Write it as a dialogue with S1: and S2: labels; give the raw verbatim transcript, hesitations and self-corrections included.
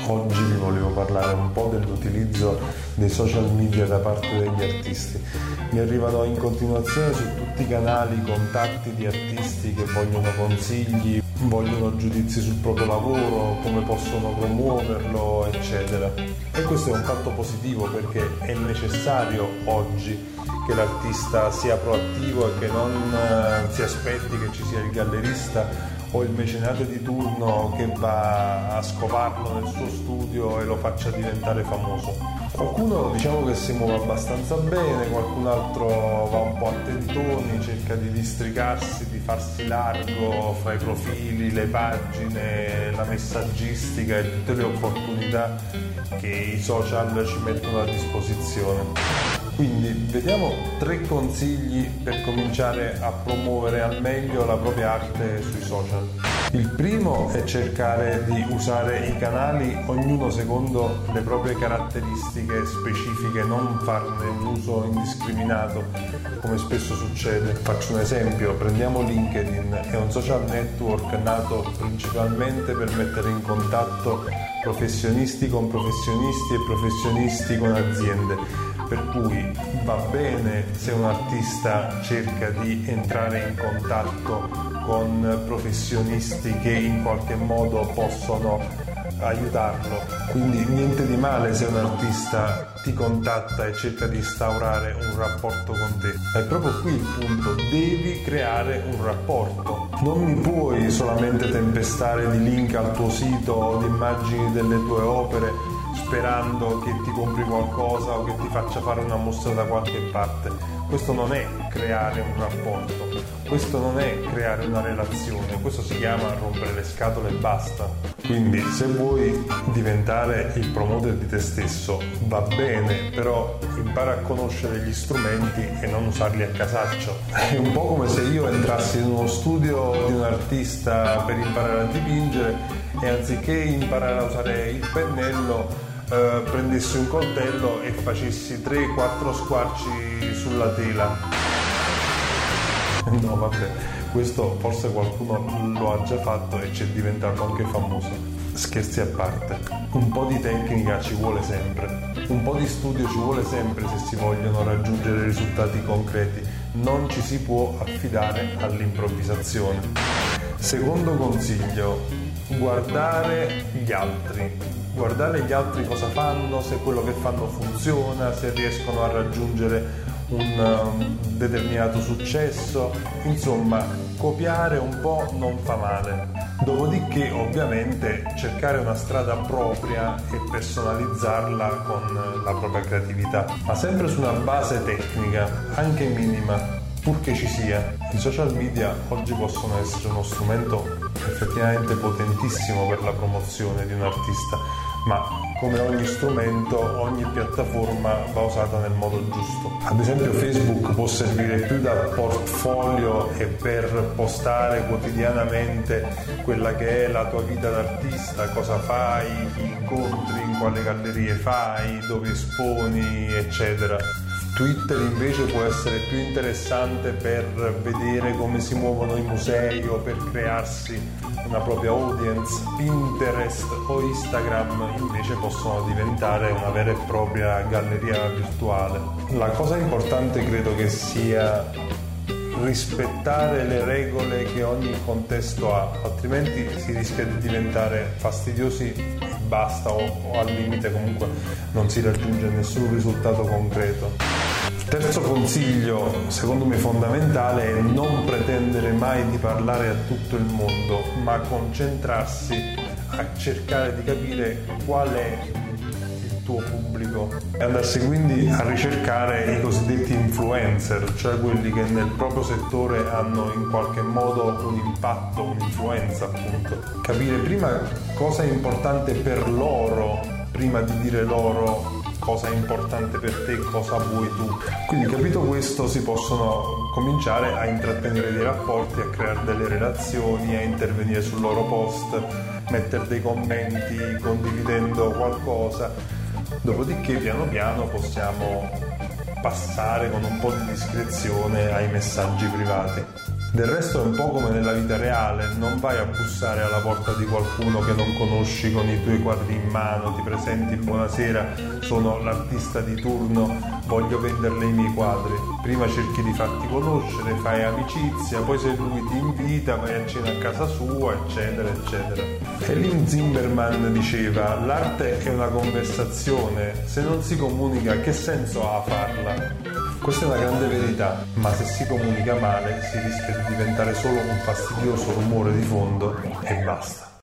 S1: Oggi vi volevo parlare un po' dell'utilizzo dei social media da parte degli artisti. Mi arrivano in continuazione su tutti i canali contatti di artisti che vogliono consigli, vogliono giudizi sul proprio lavoro, come possono promuoverlo, eccetera. E questo è un fatto positivo perché è necessario oggi che l'artista sia proattivo e che non eh, si aspetti che ci sia il gallerista o il mecenate di turno che va a scovarlo nel suo studio e lo faccia diventare famoso. Qualcuno diciamo che si muove abbastanza bene, qualcun altro va un po' a tentoni, cerca di districarsi, di farsi largo fra i profili, le pagine, la messaggistica e tutte le opportunità che i social ci mettono a disposizione. Quindi vediamo tre consigli per cominciare a promuovere al meglio la propria arte sui social. Il primo è cercare di usare i canali ognuno secondo le proprie caratteristiche specifiche, non farne un uso indiscriminato come spesso succede. Faccio un esempio, prendiamo LinkedIn, è un social network nato principalmente per mettere in contatto professionisti con professionisti e professionisti con aziende. Per cui va bene se un artista cerca di entrare in contatto con professionisti che in qualche modo possono aiutarlo, quindi niente di male se un artista ti contatta e cerca di instaurare un rapporto con te. È proprio qui il punto, devi creare un rapporto, non mi puoi solamente tempestare di link al tuo sito o di immagini delle tue opere sperando che ti compri qualcosa o che ti faccia fare una mostra da qualche parte. Questo non è creare un rapporto, questo non è creare una relazione, questo si chiama rompere le scatole e basta. Quindi se vuoi diventare il promoter di te stesso va bene, però impara a conoscere gli strumenti e non usarli a casaccio. È un po' come se io entrassi in uno studio di un artista per imparare a dipingere e anziché imparare a usare il pennello Uh, prendessi un coltello e facessi tre quattro squarci sulla tela. No vabbè, questo forse qualcuno lo ha già fatto e ci è diventato anche famoso. Scherzi a parte, un po' di tecnica ci vuole sempre, un po' di studio ci vuole sempre se si vogliono raggiungere risultati concreti, non ci si può affidare all'improvvisazione. Secondo consiglio, guardare gli altri. Guardare gli altri cosa fanno, se quello che fanno funziona, se riescono a raggiungere un um, determinato successo, insomma copiare un po' non fa male. Dopodiché ovviamente cercare una strada propria e personalizzarla con la propria creatività, ma sempre su una base tecnica, anche minima, purché ci sia. I social media oggi possono essere uno strumento effettivamente potentissimo per la promozione di un artista, ma come ogni strumento, ogni piattaforma va usata nel modo giusto. Ad esempio Facebook può servire più da portfolio e per postare quotidianamente quella che è la tua vita d'artista, cosa fai, chi incontri, in quale gallerie fai, dove esponi, eccetera. Twitter invece può essere più interessante per vedere come si muovono i musei o per crearsi una propria audience. Pinterest o Instagram invece possono diventare una vera e propria galleria virtuale. La cosa importante credo che sia rispettare le regole che ogni contesto ha, altrimenti si rischia di diventare fastidiosi e basta, o, o al limite comunque non si raggiunge nessun risultato concreto. Terzo consiglio, secondo me fondamentale, è non pretendere mai di parlare a tutto il mondo, ma concentrarsi a cercare di capire qual è il tuo pubblico e andarsi quindi a ricercare i cosiddetti influencer, cioè quelli che nel proprio settore hanno in qualche modo un impatto, un'influenza appunto. Capire prima cosa è importante per loro, prima di dire loro cosa è importante per te, cosa vuoi tu. Quindi capito questo si possono cominciare a intrattenere dei rapporti, a creare delle relazioni, a intervenire sul loro post, mettere dei commenti, condividendo qualcosa. Dopodiché piano piano possiamo passare con un po' di discrezione ai messaggi privati. Del resto è un po' come nella vita reale, non vai a bussare alla porta di qualcuno che non conosci con i tuoi quadri in mano, ti presenti, buonasera, sono l'artista di turno, voglio venderle i miei quadri. Prima cerchi di farti conoscere, fai amicizia, poi se lui ti invita vai a cena a casa sua, eccetera, eccetera. E Lynn Zimmerman diceva, l'arte è una conversazione, se non si comunica che senso ha farla? Questa è una grande verità, ma se si comunica male si rischia di diventare solo un fastidioso rumore di fondo e basta.